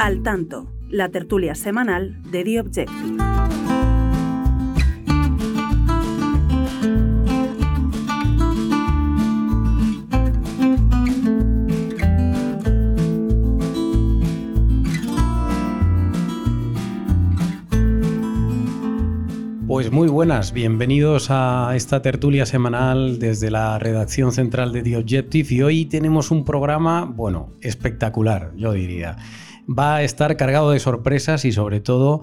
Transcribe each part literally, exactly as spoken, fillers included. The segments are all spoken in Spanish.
Al Tanto, la tertulia semanal de The Objective. Pues muy buenas, bienvenidos a esta tertulia semanal desde la redacción central de The Objective, y hoy tenemos un programa, bueno, espectacular, yo diría. Va a estar cargado de sorpresas y sobre todo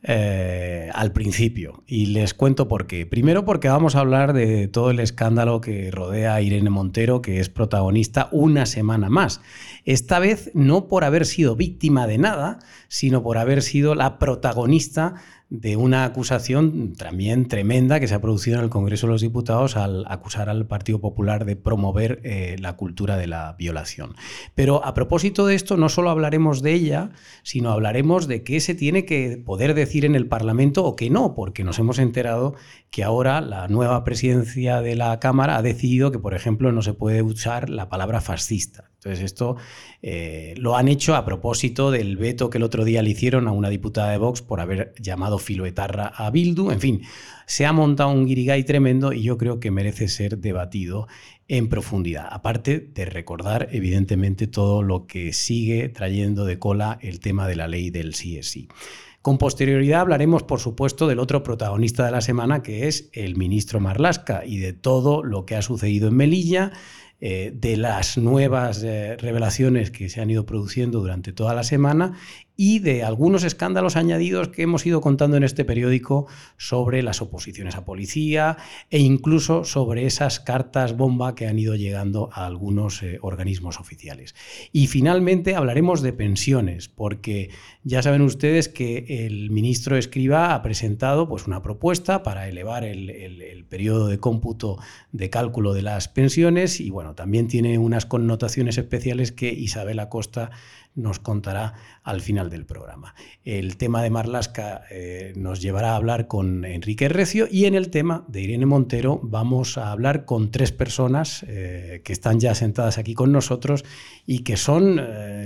eh, al principio, y les cuento por qué. Primero porque vamos a hablar de todo el escándalo que rodea a Irene Montero, que es protagonista una semana más. Esta vez no por haber sido víctima de nada, sino por haber sido la protagonista de una acusación también tremenda que se ha producido en el Congreso de los Diputados al acusar al Partido Popular de promover eh, la cultura de la violación. Pero a propósito de esto, no solo hablaremos de ella, sino hablaremos de qué se tiene que poder decir en el Parlamento o qué no, porque nos hemos enterado que ahora la nueva presidencia de la Cámara ha decidido que, por ejemplo, no se puede usar la palabra fascista. Entonces esto eh, lo han hecho a propósito del veto que el otro día le hicieron a una diputada de Vox por haber llamado filoetarra a Bildu. En fin, se ha montado un guirigay tremendo y yo creo que merece ser debatido en profundidad. Aparte de recordar, evidentemente, todo lo que sigue trayendo de cola el tema de la ley del sí es sí. Con posterioridad hablaremos, por supuesto, del otro protagonista de la semana, que es el ministro Marlaska, y de todo lo que ha sucedido en Melilla, eh, de las nuevas eh, revelaciones que se han ido produciendo durante toda la semana y de algunos escándalos añadidos que hemos ido contando en este periódico sobre las oposiciones a policía e incluso sobre esas cartas bomba que han ido llegando a algunos eh, organismos oficiales. Y finalmente hablaremos de pensiones, porque ya saben ustedes que el ministro Escrivá ha presentado pues, una propuesta para elevar el, el, el periodo de cómputo de cálculo de las pensiones, y bueno, también tiene unas connotaciones especiales que Isabel Acosta nos contará al final del programa. El tema de Marlaska eh, nos llevará a hablar con Enrique Recio, y en el tema de Irene Montero vamos a hablar con tres personas eh, que están ya sentadas aquí con nosotros y que son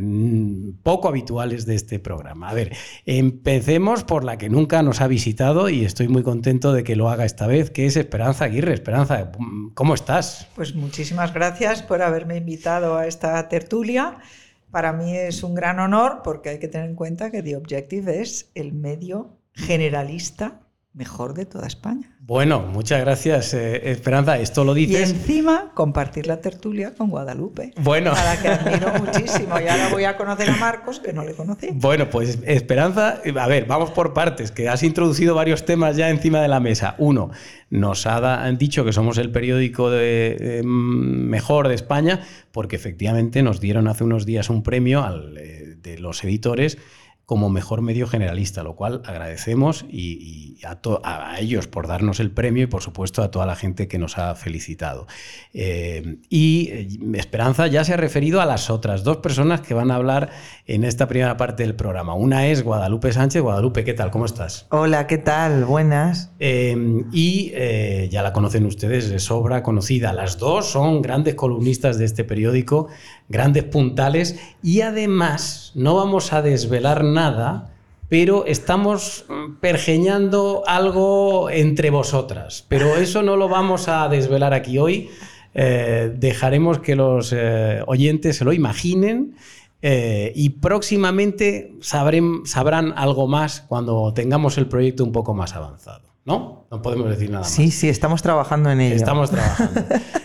eh, poco habituales de este programa. A ver, empecemos por la que nunca nos ha visitado y estoy muy contento de que lo haga esta vez, que es Esperanza Aguirre. Esperanza, ¿cómo estás? Pues muchísimas gracias por haberme invitado a esta tertulia. Para mí es un gran honor, porque hay que tener en cuenta que The Objective es el medio generalista mejor de toda España. Bueno, muchas gracias, eh, Esperanza. Esto lo dices. Y encima compartir la tertulia con Guadalupe. Bueno. A la que admiro muchísimo. Y ahora voy a conocer a Marcos, que no le conocí. Bueno, pues Esperanza, a ver, vamos por partes, que has introducido varios temas ya encima de la mesa. Uno, nos ha da, han dicho que somos el periódico de, de, mejor de España, porque efectivamente nos dieron hace unos días un premio al, eh, de los editores como mejor medio generalista, lo cual agradecemos y, y a, to, a ellos por darnos el premio y, por supuesto, a toda la gente que nos ha felicitado. Eh, y eh, Esperanza ya se ha referido a las otras dos personas que van a hablar en esta primera parte del programa. Una es Guadalupe Sánchez. Guadalupe, ¿qué tal? ¿Cómo estás? Hola, ¿qué tal? Buenas. Eh, y eh, ya la conocen ustedes, de sobra conocida. Las dos son grandes columnistas de este periódico, grandes puntales, y además no vamos a desvelar nada, pero estamos pergeñando algo entre vosotras. Pero eso no lo vamos a desvelar aquí hoy. Eh, dejaremos que los eh, oyentes se lo imaginen eh, y próximamente sabrán, sabrán algo más cuando tengamos el proyecto un poco más avanzado. ¿No? No podemos decir nada más. Sí, sí, estamos trabajando en ello. Estamos trabajando.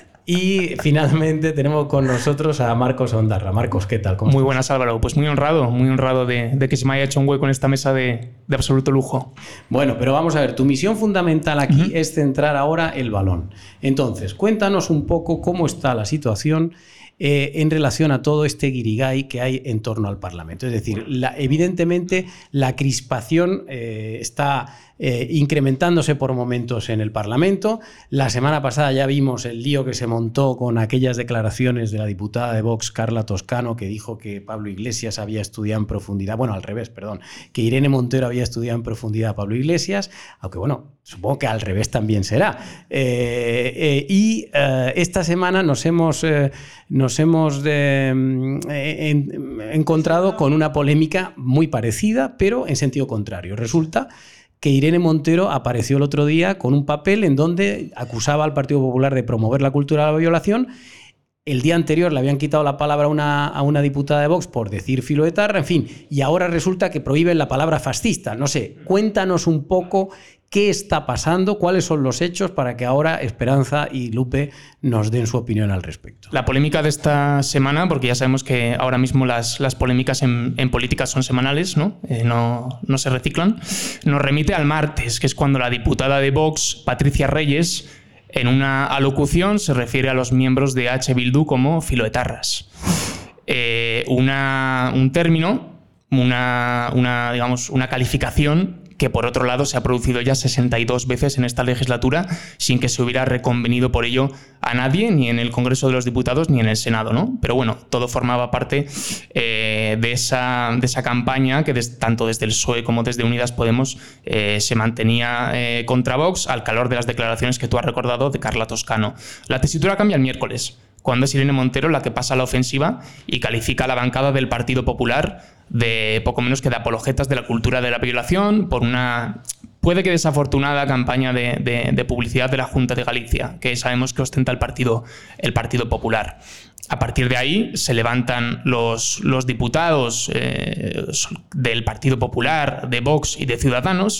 Y finalmente tenemos con nosotros a Marcos Ondarra. Marcos, ¿qué tal? ¿Cómo muy estás? buenas, Álvaro. Pues muy honrado, muy honrado de, de que se me haya hecho un hueco en esta mesa de, de absoluto lujo. Bueno, pero vamos a ver, tu misión fundamental aquí Uh-huh. es centrar ahora el balón. Entonces, cuéntanos un poco cómo está la situación eh, en relación a todo este guirigay que hay en torno al Parlamento. Es decir, la, evidentemente la crispación eh, está eh, incrementándose por momentos en el Parlamento. La semana pasada ya vimos el lío que se montó con aquellas declaraciones de la diputada de Vox, Carla Toscano, que dijo que Pablo Iglesias había estudiado en profundidad, bueno, al revés, perdón, que Irene Montero había estudiado en profundidad a Pablo Iglesias, aunque bueno, supongo que al revés también será. Eh, eh, y eh, esta semana nos hemos, eh, nos hemos de, eh, en, encontrado con una polémica muy parecida, pero en sentido contrario. Resulta que Irene Montero apareció el otro día con un papel en donde acusaba al Partido Popular de promover la cultura de la violación. El día anterior le habían quitado la palabra a una, a una diputada de Vox por decir filoetarra, en fin, y ahora resulta que prohíben la palabra fascista. No sé, cuéntanos un poco qué está pasando, cuáles son los hechos para que ahora Esperanza y Lupe nos den su opinión al respecto. La polémica de esta semana, porque ya sabemos que ahora mismo las, las polémicas en, en política son semanales, ¿no? Eh, no, no se reciclan, nos remite al martes, que es cuando la diputada de Vox, Patricia Reyes, en una alocución se refiere a los miembros de H. Bildu como filoetarras. Eh, una, un término, una, una, digamos, una calificación que por otro lado se ha producido ya sesenta y dos veces en esta legislatura sin que se hubiera reconvenido por ello a nadie, ni en el Congreso de los Diputados ni en el Senado, ¿no? Pero bueno, todo formaba parte eh, de, esa, de esa campaña que des, tanto desde el P S O E como desde Unidas Podemos eh, se mantenía eh, contra Vox al calor de las declaraciones que tú has recordado de Carla Toscano. La tesitura cambia el miércoles, cuando es Irene Montero la que pasa a la ofensiva y califica a la bancada del Partido Popular de poco menos que de apologetas de la cultura de la violación por una puede que desafortunada campaña de, de, de publicidad de la Junta de Galicia, que sabemos que ostenta el Partido, el Partido Popular. A partir de ahí se levantan los, los diputados eh, del Partido Popular, de Vox y de Ciudadanos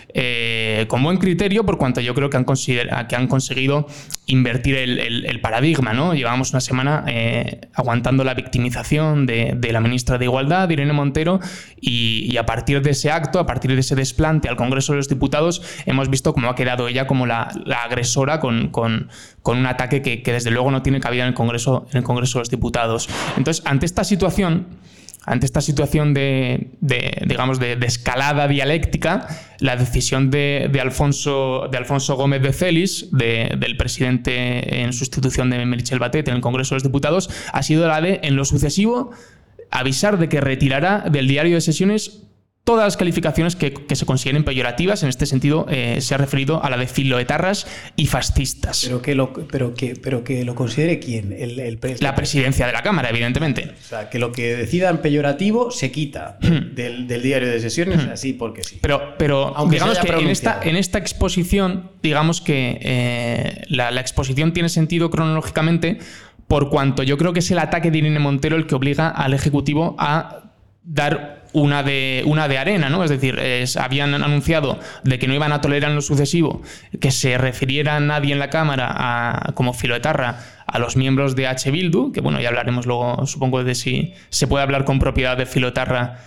eh, con buen criterio, por cuanto yo creo que han, que han conseguido invertir el, el, el paradigma, ¿no? Llevamos una semana eh, aguantando la victimización de, de la ministra de Igualdad, Irene Montero, y, y a partir de ese acto, a partir de ese desplante al Congreso de los Diputados, hemos visto cómo ha quedado ella como la, la agresora con, con, con un ataque que, que desde luego no tiene cabida en el Congreso, en el Congreso de los Diputados. Entonces, ante esta situación, ante esta situación de, de digamos, de, de escalada dialéctica, la decisión de, de, Alfonso, de Alfonso Gómez de Celis, de, del presidente en sustitución de Meritxell Batet en el Congreso de los Diputados, ha sido la de, en lo sucesivo, avisar de que retirará del diario de sesiones todas las calificaciones que, que se consideren peyorativas. En este sentido, eh, se ha referido a la de filoetarras y fascistas. ¿Pero que lo, pero que, pero que lo considere quién? El, el pres- la presidencia de la Cámara, evidentemente. O sea, que lo que decidan peyorativo se quita del, del diario de sesiones, así porque sí. Pero, pero Aunque digamos que en esta, pronunciado. en esta exposición, digamos que eh, la, la exposición tiene sentido cronológicamente, por cuanto yo creo que es el ataque de Irene Montero el que obliga al Ejecutivo a dar una de, una de arena, ¿no? Es decir, es, habían anunciado de que no iban a tolerar en lo sucesivo que se refiriera a nadie en la Cámara a, como filoetarra a los miembros de H. Bildu, que bueno, ya hablaremos luego, supongo, de si se puede hablar con propiedad de filoetarra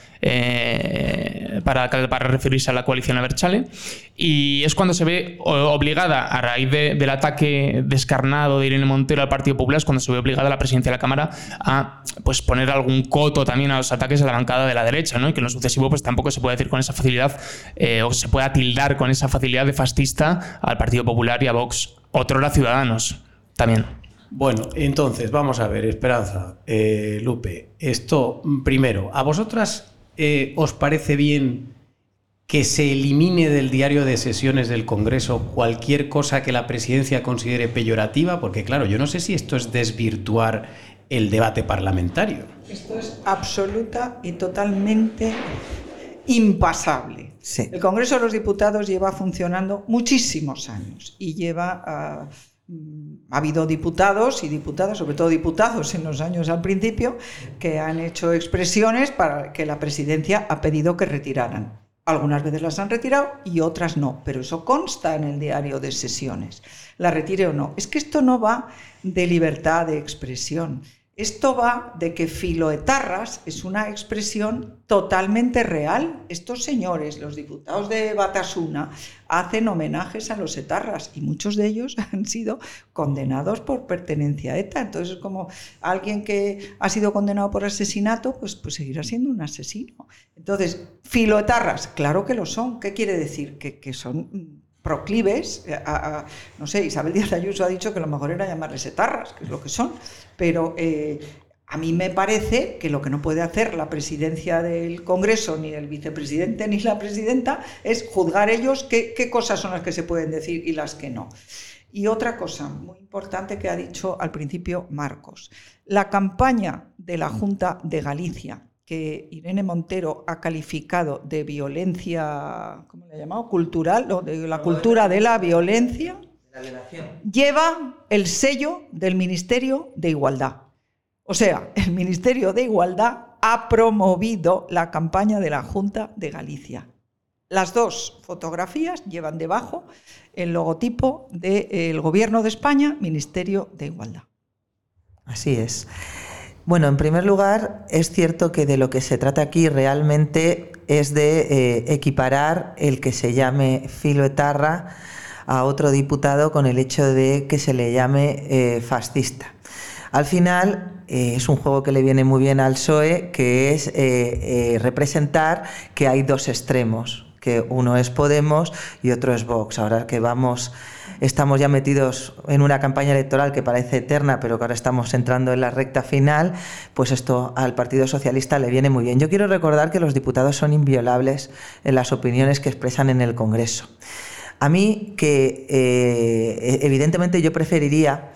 eh, para, para referirse a la coalición Abertzale, y es cuando se ve obligada, a raíz de, del ataque descarnado de Irene Montero al Partido Popular, es cuando se ve obligada la presidencia de la Cámara a pues, poner algún coto también a los ataques de la bancada de la derecha, ¿no? Y que en lo sucesivo pues tampoco se puede decir con esa facilidad eh, o se pueda tildar con esa facilidad de fascista al Partido Popular y a Vox, otrora Ciudadanos también. Bueno, entonces, vamos a ver, Esperanza, eh, Lupe, esto, primero, ¿a vosotras eh, os parece bien que se elimine del diario de sesiones del Congreso cualquier cosa que la presidencia considere peyorativa? Porque claro, yo no sé si esto es desvirtuar el debate parlamentario. Esto es absoluta y totalmente impasable. Sí. El Congreso de los Diputados lleva funcionando muchísimos años y lleva... Uh, Ha habido diputados y diputadas, sobre todo diputados en los años al principio, que han hecho expresiones para que la presidencia ha pedido que retiraran. Algunas veces las han retirado y otras no, pero eso consta en el diario de sesiones. La retire o no. Es que esto no va de libertad de expresión. Esto va de que filoetarras es una expresión totalmente real. Estos señores, los diputados de Batasuna, hacen homenajes a los etarras y muchos de ellos han sido condenados por pertenencia a ETA. Entonces, como alguien que ha sido condenado por asesinato, pues, pues seguirá siendo un asesino. Entonces, filoetarras, claro que lo son. ¿Qué quiere decir? Que, que son proclives a, a, no sé, Isabel Díaz Ayuso ha dicho que lo mejor era llamarles etarras, que es lo que son, pero eh, a mí me parece que lo que no puede hacer la presidencia del Congreso, ni el vicepresidente, ni la presidenta, es juzgar ellos qué, qué cosas son las que se pueden decir y las que no. Y otra cosa muy importante que ha dicho al principio Marcos, la campaña de la Junta de Galicia, que Irene Montero ha calificado de violencia, ¿cómo le ha llamado? Cultural, o de la cultura de la violencia, lleva el sello del Ministerio de Igualdad. O sea, el Ministerio de Igualdad ha promovido la campaña de la Junta de Galicia. Las dos fotografías llevan debajo el logotipo del Gobierno de España, Ministerio de Igualdad. Así es. Bueno, en primer lugar, es cierto que de lo que se trata aquí realmente es de eh, equiparar el que se llame filoetarra a otro diputado con el hecho de que se le llame eh, fascista. Al final, eh, es un juego que le viene muy bien al P S O E, que es eh, eh, representar que hay dos extremos, que uno es Podemos y otro es Vox. Ahora que vamos... Estamos ya metidos en una campaña electoral que parece eterna, pero que ahora estamos entrando en la recta final, pues esto al Partido Socialista le viene muy bien. Yo quiero recordar que los diputados son inviolables en las opiniones que expresan en el Congreso. A mí, que eh, evidentemente yo preferiría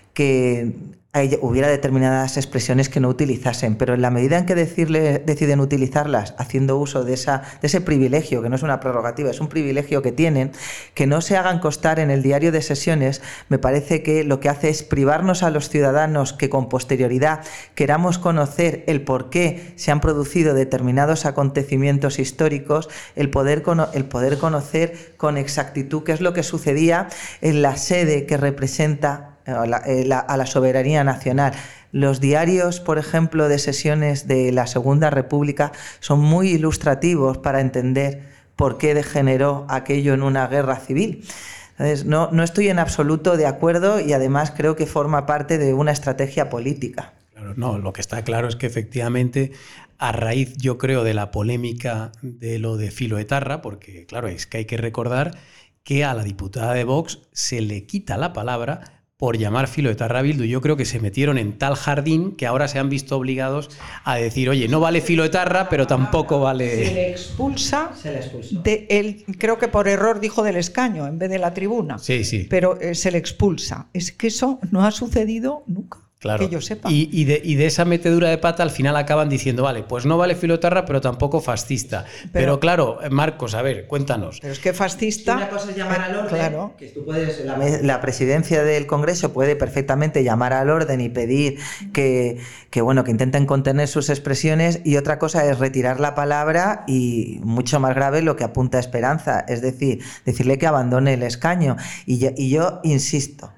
que hubiera determinadas expresiones que no utilizasen, pero en la medida en que decirle, deciden utilizarlas haciendo uso de, esa, de ese privilegio, que no es una prerrogativa, es un privilegio que tienen, que no se hagan constar en el diario de sesiones, me parece que lo que hace es privarnos a los ciudadanos que con posterioridad queramos conocer el por qué se han producido determinados acontecimientos históricos, el poder, el poder conocer con exactitud qué es lo que sucedía en la sede que representa A la, a la soberanía nacional. Los diarios, por ejemplo, de sesiones de la Segunda República son muy ilustrativos para entender por qué degeneró aquello en una guerra civil. Entonces, no, no estoy en absoluto de acuerdo y además creo que forma parte de una estrategia política. Claro, no, lo que está claro es que efectivamente, a raíz, yo creo, de la polémica de lo de filoetarra, porque claro, es que hay que recordar que a la diputada de Vox se le quita la palabra por llamar filoetarra a Bildu. Yo creo que se metieron en tal jardín que ahora se han visto obligados a decir, oye, no vale filoetarra, pero tampoco vale... Se le expulsa, se le expulsó. De él, creo que por error dijo del escaño en vez de la tribuna. Sí, sí. Pero eh, se le expulsa. Es que eso no ha sucedido nunca. Claro. Que yo sepa. Y, y, de, y de esa metedura de pata al final acaban diciendo, vale, pues no vale filoetarra, pero tampoco fascista. Pero, pero claro, Marcos, a ver, cuéntanos. Pero es que fascista... Si una cosa es llamar al orden, claro. Que tú puedes, la, la presidencia del Congreso puede perfectamente llamar al orden y pedir que, que, bueno, que intenten contener sus expresiones, y otra cosa es retirar la palabra y, mucho más grave, lo que apunta a Esperanza, es decir, decirle que abandone el escaño. Y yo, y yo insisto...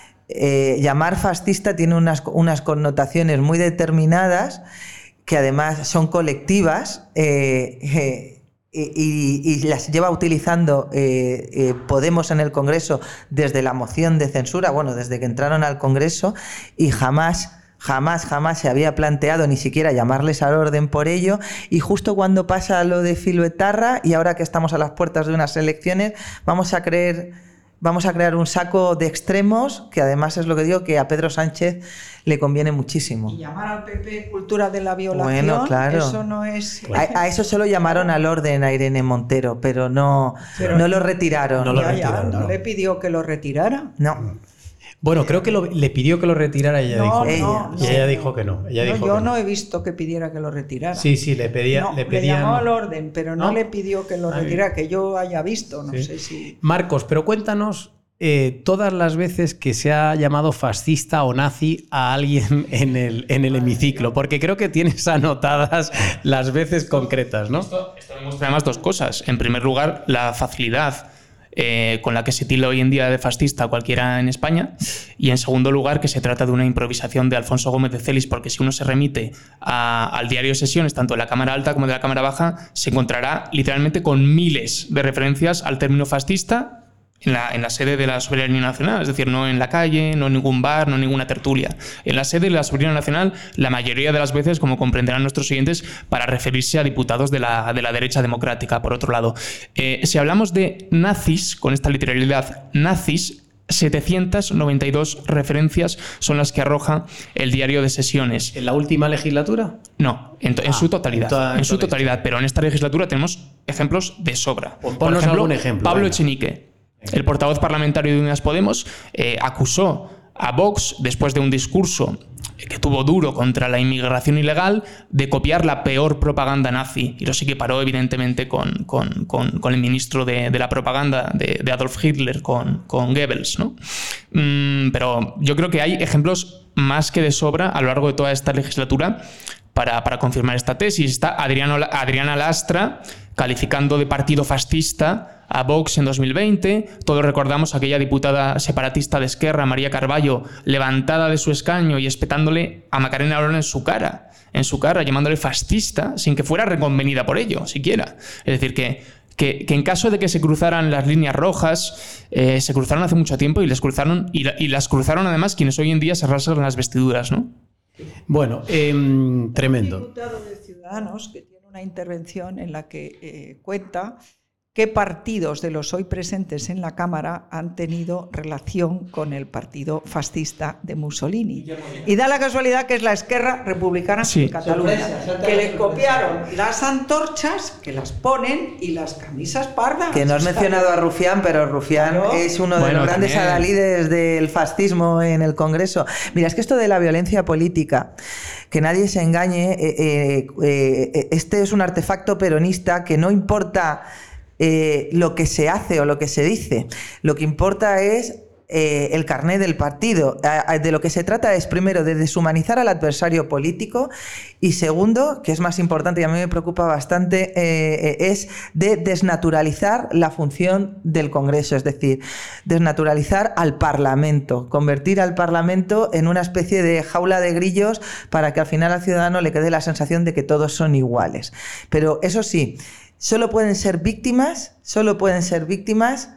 Eh, llamar fascista tiene unas, unas connotaciones muy determinadas que además son colectivas eh, eh, y, y las lleva utilizando eh, eh, Podemos en el Congreso desde la moción de censura, bueno, desde que entraron al Congreso, y jamás... Jamás, jamás se había planteado ni siquiera llamarles al orden por ello, y justo cuando pasa lo de filoetarra y ahora que estamos a las puertas de unas elecciones, vamos a creer... Vamos a crear un saco de extremos que además es lo que digo que a Pedro Sánchez le conviene muchísimo. Y llamar al P P cultura de la violación, bueno, claro. Eso no es... A, a eso solo llamaron al orden a Irene Montero, pero no, pero no lo retiraron. No, lo ya, retiraron, ya, no. ¿No le pidió que lo retirara? No. Bueno, creo que lo, le pidió que lo retirara y ella no, dijo no, que no. Y ella dijo que no. Ella no dijo yo que no. no he visto que pidiera que lo retirara. Sí, sí, le pedía... No, le, pedía, le llamó no. al orden, pero no, ¿No? le pidió que lo Ay. retirara, que yo haya visto, no Sí. sé si... Marcos, pero cuéntanos eh, todas las veces que se ha llamado fascista o nazi a alguien en el, en el hemiciclo, porque creo que tienes anotadas las veces concretas, ¿no? Esto, esto demuestra además dos cosas. En primer lugar, la facilidad eh, con la que se tilda hoy en día de fascista a cualquiera en España. Y en segundo lugar, que se trata de una improvisación de Alfonso Gómez de Celis, porque si uno se remite a, al diario de sesiones, tanto de la Cámara Alta como de la Cámara Baja, se encontrará literalmente con miles de referencias al término fascista en la, en la sede de la Soberanía Nacional, es decir, no en la calle, no en ningún bar, no en ninguna tertulia. En la sede de la Soberanía Nacional, la mayoría de las veces, como comprenderán nuestros siguientes, para referirse a diputados de la, de la derecha democrática, por otro lado. Eh, si hablamos de nazis, con esta literalidad, nazis, setecientas noventa y dos referencias son las que arroja el diario de sesiones. ¿En la última legislatura? No, en, to- ah, en su totalidad. En, toda, en, en su totalidad, pero en esta legislatura tenemos ejemplos de sobra. Pues por ejemplo, algún ejemplo, Pablo venga. Echenique, el portavoz parlamentario de Unidas Podemos, eh, acusó a Vox, después de un discurso que tuvo duro contra la inmigración ilegal, de copiar la peor propaganda nazi. Y lo sí que paró, evidentemente, con, con, con, con el ministro de, de la propaganda de, de Adolf Hitler, con, con Goebbels, ¿no? Mm, pero yo creo que hay ejemplos más que de sobra a lo largo de toda esta legislatura para, para confirmar esta tesis. Está Adriano, Adriana Lastra calificando de partido fascista a Vox en dos mil veinte. Todos recordamos a aquella diputada separatista de Esquerra, María Carballo, levantada de su escaño y espetándole a Macarena Olona en su cara, en su cara, llamándole fascista, sin que fuera reconvenida por ello, siquiera. Es decir, que, que, que en caso de que se cruzaran las líneas rojas, eh, se cruzaron hace mucho tiempo y, les cruzaron, y, y las cruzaron además quienes hoy en día se rasgan las vestiduras, ¿no? Bueno, eh, tremendo. Un diputado de Ciudadanos que tiene una intervención en la que eh, cuenta qué partidos de los hoy presentes en la Cámara han tenido relación con el partido fascista de Mussolini. Y da la casualidad que es la Esquerra Republicana sí. de Cataluña, que les copiaron las antorchas, que las ponen, y las camisas pardas. Que no has mencionado a Rufián, pero Rufián claro. es uno de bueno, los grandes también. adalides del fascismo en el Congreso. Mira, es que esto de la violencia política, que nadie se engañe, eh, eh, eh, este es un artefacto peronista que no importa Eh, lo que se hace o lo que se dice. Lo que importa es eh, el carné del partido. De lo que se trata es, primero, de deshumanizar al adversario político y, segundo, que es más importante y a mí me preocupa bastante, eh, es de desnaturalizar la función del Congreso, es decir, desnaturalizar al Parlamento, convertir al Parlamento en una especie de jaula de grillos para que al final al ciudadano le quede la sensación de que todos son iguales. Pero eso sí, Solo pueden ser víctimas, solo pueden ser víctimas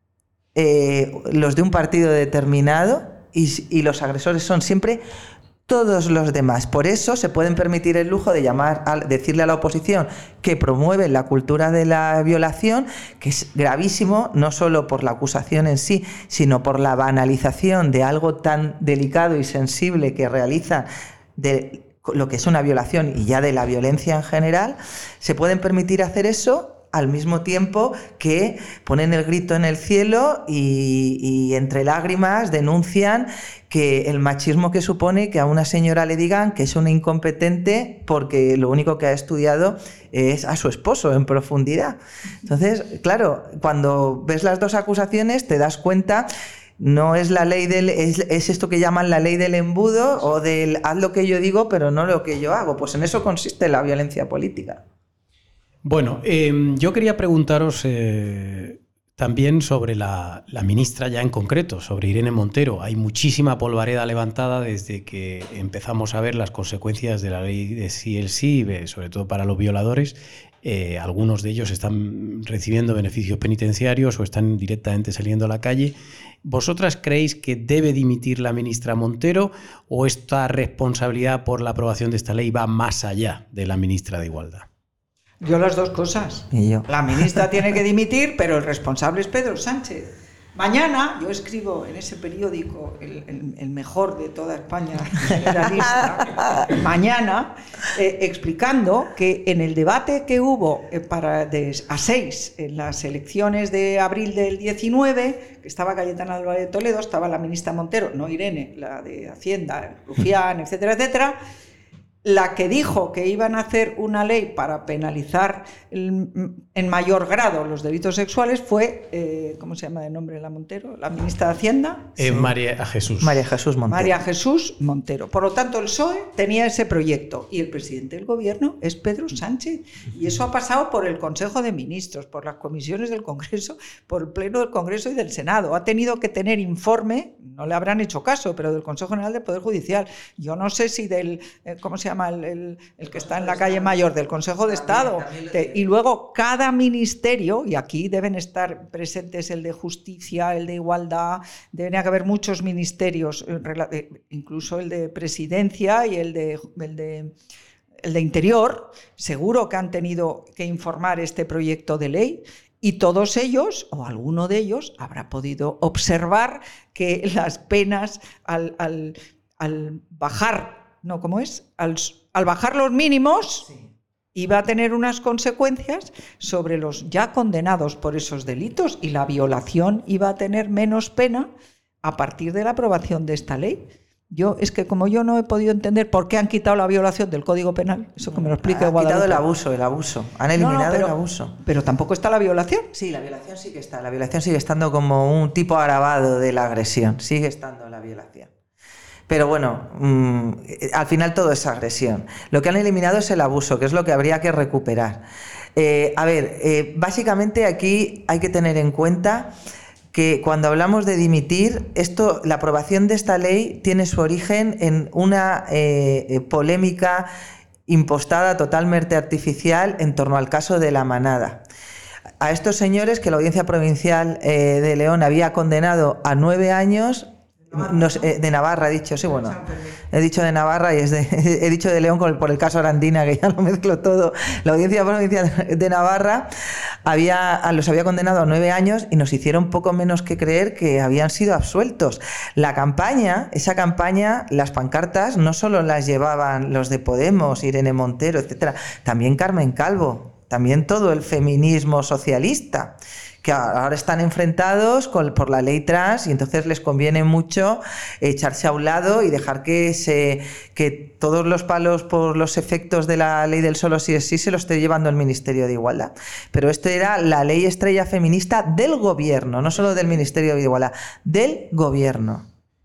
eh, los de un partido determinado y, y los agresores son siempre todos los demás. Por eso se pueden permitir el lujo de llamar a, decirle a la oposición que promueve la cultura de la violación, que es gravísimo, no solo por la acusación en sí, sino por la banalización de algo tan delicado y sensible que realiza de lo que es una violación y ya de la violencia en general. Se pueden permitir hacer eso al mismo tiempo que ponen el grito en el cielo y, y entre lágrimas denuncian que el machismo que supone que a una señora le digan que es una incompetente porque lo único que ha estudiado es a su esposo en profundidad. Entonces, claro, cuando ves las dos acusaciones te das cuenta. No es la ley del, es, es esto que llaman la ley del embudo o del haz lo que yo digo pero no lo que yo hago. Pues en eso consiste la violencia política. Bueno, eh, yo quería preguntaros eh, también sobre la, la ministra ya en concreto, sobre Irene Montero. Hay muchísima polvareda levantada desde que empezamos a ver las consecuencias de la ley de sí el sí, sobre todo para los violadores. Eh, algunos de ellos están recibiendo beneficios penitenciarios o están directamente saliendo a la calle. ¿Vosotras creéis que debe dimitir la ministra Montero o esta responsabilidad por la aprobación de esta ley va más allá de la ministra de Igualdad? Yo las dos cosas. ¿Y yo? La ministra tiene que dimitir, pero el responsable es Pedro Sánchez. Mañana yo escribo en ese periódico, el, el, el mejor de toda España, generalista, mañana, eh, explicando que en el debate que hubo eh, para de, a seis en las elecciones de abril del diecinueve, que estaba Cayetana Álvarez de Toledo, estaba la ministra Montero, no Irene, la de Hacienda, Rufián, etcétera, etcétera, La que dijo que iban a hacer una ley para penalizar el, en mayor grado los delitos sexuales fue, eh, ¿cómo se llama de nombre la Montero? La ministra de Hacienda. Eh, sí. María Jesús. María Jesús Montero. María Jesús Montero. Por lo tanto, el P S O E tenía ese proyecto y el presidente del gobierno es Pedro Sánchez. Y eso ha pasado por el Consejo de Ministros, por las comisiones del Congreso, por el Pleno del Congreso y del Senado. Ha tenido que tener informe, no le habrán hecho caso, pero del Consejo General del Poder Judicial. Yo no sé si del, eh, ¿cómo se llama? El, el, el que está en la calle Mayor, del Consejo de Estado. Te, y luego cada ministerio, y aquí deben estar presentes el de Justicia, el de Igualdad, deben haber muchos ministerios, incluso el de Presidencia y el de, el de, el de Interior, seguro que han tenido que informar este proyecto de ley. Y todos ellos, o alguno de ellos, habrá podido observar que las penas al, al, al bajar No, ¿cómo es? Al, al bajar los mínimos, sí, iba a tener unas consecuencias sobre los ya condenados por esos delitos y la violación iba a tener menos pena a partir de la aprobación de esta ley. Yo, es que como yo no he podido entender por qué han quitado la violación del Código Penal, eso que me lo explique Han Guadalupe. quitado el abuso, el abuso. Han eliminado no, no, pero, el abuso. Pero tampoco está la violación. Sí, la violación sí que está. La violación sigue estando como un tipo agravado de la agresión. Sigue estando la violación. Pero bueno, mmm, al final todo es agresión. Lo que han eliminado es el abuso, que es lo que habría que recuperar. Eh, a ver, eh, básicamente aquí hay que tener en cuenta que cuando hablamos de dimitir, esto, la aprobación de esta ley tiene su origen en una eh, polémica impostada, totalmente artificial, en torno al caso de La Manada. A estos señores que la Audiencia Provincial eh, de León había condenado a nueve años... No, de Navarra he dicho, sí, bueno, he dicho de Navarra y es de, he dicho de León por el caso Arandina, que ya lo mezclo todo. La Audiencia Provincial de Navarra había, los había condenado a nueve años y nos hicieron poco menos que creer que habían sido absueltos. La campaña, esa campaña, las pancartas no solo las llevaban los de Podemos, Irene Montero, etcétera, también Carmen Calvo, también todo el feminismo socialista, que ahora están enfrentados con, por la ley trans y entonces les conviene mucho echarse a un lado y dejar que, se, que todos los palos por los efectos de la ley del solo sí es sí se lo esté llevando el Ministerio de Igualdad. Pero esto era la ley estrella feminista del gobierno, no solo del Ministerio de Igualdad, del gobierno.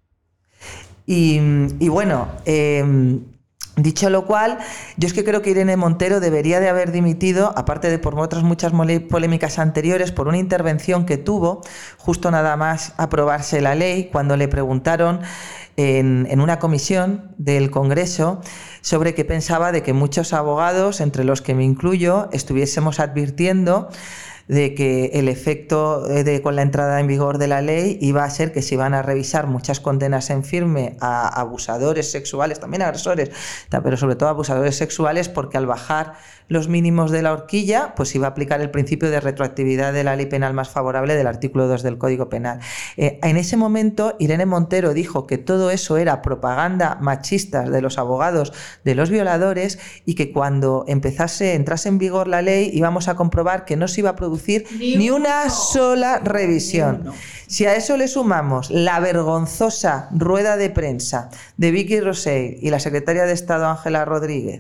Y, y bueno... Eh, Dicho lo cual, yo es que creo que Irene Montero debería de haber dimitido, aparte de por otras muchas polémicas anteriores, por una intervención que tuvo justo nada más aprobarse la ley, cuando le preguntaron en, en una comisión del Congreso sobre qué pensaba de que muchos abogados, entre los que me incluyo, estuviésemos advirtiendo de que el efecto de, con la entrada en vigor de la ley iba a ser que se iban a revisar muchas condenas en firme a abusadores sexuales, también agresores, pero sobre todo abusadores sexuales, porque al bajar los mínimos de la horquilla, pues iba a aplicar el principio de retroactividad de la ley penal más favorable del artículo dos del Código Penal. Eh, en ese momento, Irene Montero dijo que todo eso era propaganda machista de los abogados de los violadores y que cuando empezase, entrase en vigor la ley, íbamos a comprobar que no se iba a producir ni, ni una sola revisión. Si a eso le sumamos la vergonzosa rueda de prensa de Vicky Rosell y la secretaria de Estado Ángela Rodríguez,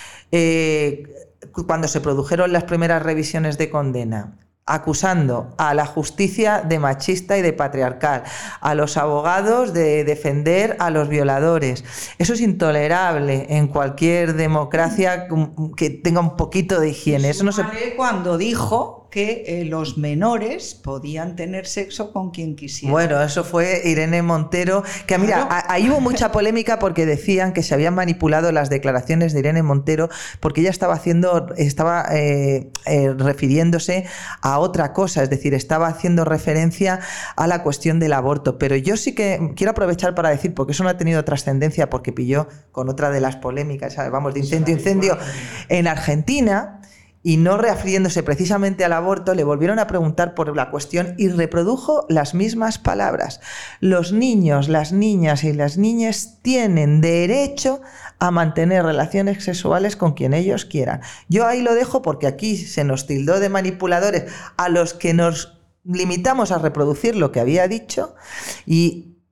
eh, cuando se produjeron las primeras revisiones de condena, acusando a la justicia de machista y de patriarcal, a los abogados de defender a los violadores. Eso es intolerable en cualquier democracia que tenga un poquito de higiene. Eso no se... Cuando dijo que eh, los menores podían tener sexo con quien quisieran. Bueno, eso fue Irene Montero, que mira, claro. Ahí hubo mucha polémica porque decían que se habían manipulado las declaraciones de Irene Montero porque ella estaba haciendo, estaba eh, eh, refiriéndose a otra cosa, es decir, estaba haciendo referencia a la cuestión del aborto. Pero yo sí que quiero aprovechar para decir, porque eso no ha tenido trascendencia, porque pilló con otra de las polémicas, vamos, de incendio, incendio en Argentina. Y no refiriéndose precisamente al aborto, le volvieron a preguntar por la cuestión y reprodujo las mismas palabras. Los niños, las niñas y las niñas tienen derecho a mantener relaciones sexuales con quien ellos quieran. Yo ahí lo dejo porque aquí se nos tildó de manipuladores a los que nos limitamos a reproducir lo que había dicho y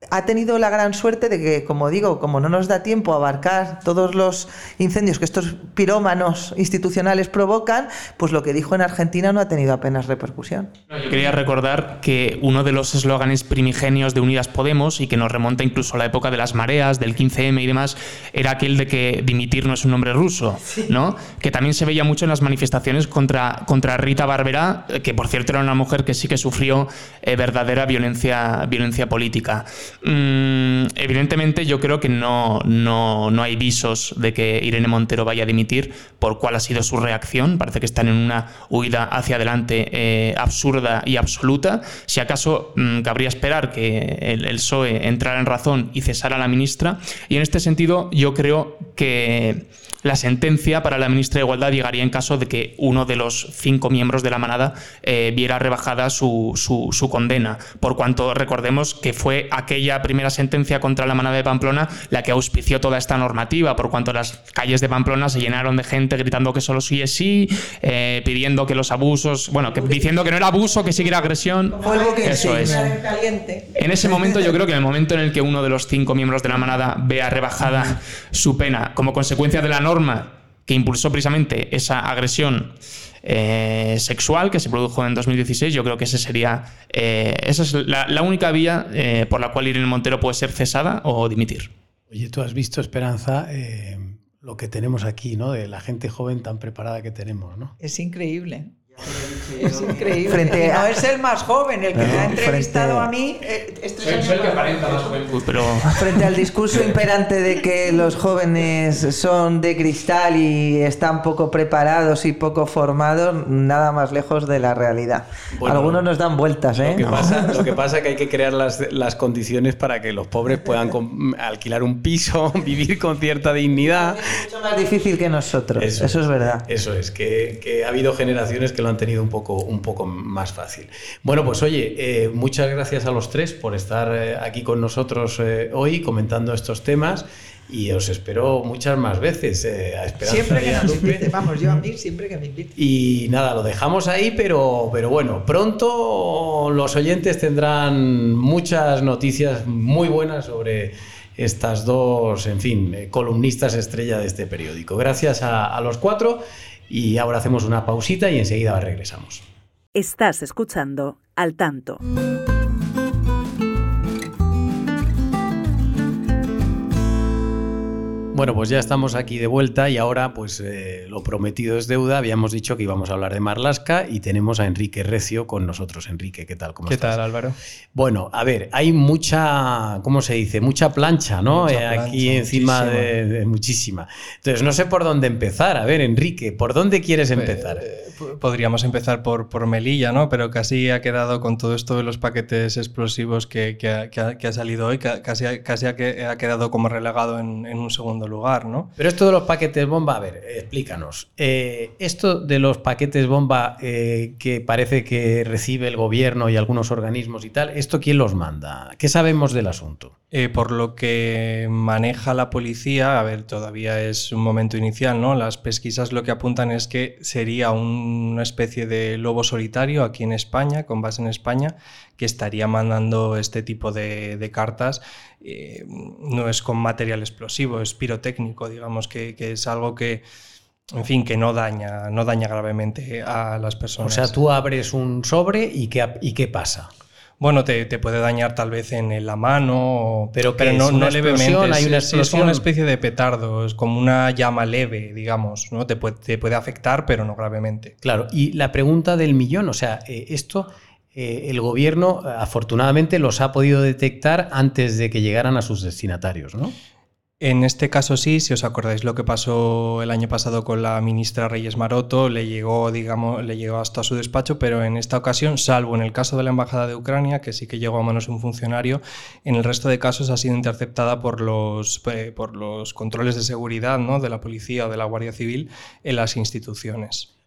ha tenido la gran suerte de que, como digo, como no nos da tiempo a abarcar todos los incendios que estos pirómanos institucionales provocan, pues lo que dijo en Argentina no ha tenido apenas repercusión. Yo quería recordar que uno de los eslóganes primigenios de Unidas Podemos, y que nos remonta incluso a la época de las mareas, del quince eme y demás, era aquel de que dimitir no es un nombre ruso, sí. ¿no? Que también se veía mucho en las manifestaciones contra, contra Rita Barberá, que por cierto era una mujer que sí que sufrió eh, verdadera violencia, violencia política. Mm, evidentemente yo creo que no, no, no hay visos de que Irene Montero vaya a dimitir por cuál ha sido su reacción. Parece que están en una huida hacia adelante eh, absurda y absoluta. Si acaso mm, cabría esperar que el, el P S O E entrara en razón y cesara a la ministra, y en este sentido yo creo que la sentencia para la ministra de Igualdad llegaría en caso de que uno de los cinco miembros de la manada eh, viera rebajada su, su, su condena, por cuanto recordemos que fue aquella primera sentencia contra la manada de Pamplona la que auspició toda esta normativa, por cuanto las calles de Pamplona se llenaron de gente gritando que solo sí es sí, eh, pidiendo que los abusos, bueno, que, diciendo que no era abuso, que sí que era agresión. Eso es. En ese momento yo creo que en el momento en el que uno de los cinco miembros de la manada vea rebajada su pena como consecuencia de la norma norma que impulsó precisamente esa agresión eh, sexual que se produjo en dos mil dieciséis, yo creo que ese sería eh, esa es la, la única vía eh, por la cual Irene Montero puede ser cesada o dimitir. Oye, tú has visto, Esperanza, eh, lo que tenemos aquí, ¿no? De la gente joven tan preparada que tenemos, ¿no? Es increíble. Es increíble. Frente a... No es el más joven, el que no, me ha entrevistado frente... a mí. Eh, soy, soy el que aparenta más juventud, pero... Frente al discurso imperante de que los jóvenes son de cristal y están poco preparados y poco formados, nada más lejos de la realidad. Bueno, algunos nos dan vueltas, ¿eh? Lo que, pasa, lo que pasa es que hay que crear las, las condiciones para que los pobres puedan con, alquilar un piso, vivir con cierta dignidad. Es mucho más difícil que nosotros, eso, eso es verdad. Eso es, que, que ha habido generaciones que lo han tenido un poco, un poco más fácil. Bueno, pues oye, eh, muchas gracias a los tres por estar eh, aquí con nosotros eh, hoy comentando estos temas, y os espero muchas más veces. Eh, a Esperanza siempre que nos Lupe. invite, vamos, yo a mí siempre que me invite. Y nada, lo dejamos ahí, pero, pero bueno, pronto los oyentes tendrán muchas noticias muy buenas sobre estas dos, en fin, eh, columnistas estrella de este periódico. Gracias a, a los cuatro. Y ahora hacemos una pausita y enseguida regresamos. Estás escuchando Al Tanto. Bueno, pues ya estamos aquí de vuelta y ahora pues eh, lo prometido es deuda. Habíamos dicho que íbamos a hablar de Marlaska y tenemos a Enrique Recio con nosotros. Enrique, ¿qué tal? ¿Cómo ¿Qué estás? tal, Álvaro? Bueno, a ver, hay mucha, ¿cómo se dice? Mucha plancha, ¿no? Mucha eh, plancha, aquí encima muchísima. De, de muchísima. Entonces, no sé por dónde empezar. A ver, Enrique, ¿por dónde quieres empezar? Eh, podríamos empezar por, por Melilla, ¿no? Pero casi ha quedado con todo esto de los paquetes explosivos que, que, ha, que, ha, que ha salido hoy, casi, casi ha, ha quedado como relegado en, en un segundo lugar, ¿no? Pero esto de los paquetes bomba, a ver, explícanos. Eh, esto de los paquetes bomba eh, que parece que recibe el gobierno y algunos organismos y tal, ¿esto quién los manda? ¿Qué sabemos del asunto? Eh, por lo que maneja la policía, a ver, todavía es un momento inicial, ¿no? Las pesquisas lo que apuntan es que sería un, una especie de lobo solitario aquí en España, con base en España, que estaría mandando este tipo de, de cartas. Eh, no es con material explosivo, es pirotécnico, digamos, que, que es algo que, en fin, que no daña, no daña gravemente a las personas. O sea, tú abres un sobre y ¿qué, y qué pasa? Bueno, te, te puede dañar tal vez en la mano, pero, pero no, no levemente. Hay una es, es como una especie de petardo, es como una llama leve, digamos, ¿no? Te puede, te puede afectar, pero no gravemente. Claro, y la pregunta del millón, o sea, eh, esto eh, el gobierno afortunadamente los ha podido detectar antes de que llegaran a sus destinatarios, ¿no? En este caso sí, si os acordáis lo que pasó el año pasado con la ministra Reyes Maroto, le llegó, digamos, le llegó hasta su despacho, pero en esta ocasión, salvo en el caso de la Embajada de Ucrania, que sí que llegó a manos de un funcionario, en el resto de casos ha sido interceptada por los, eh, por los controles de seguridad, ¿no? De la policía o de la Guardia Civil en las instituciones.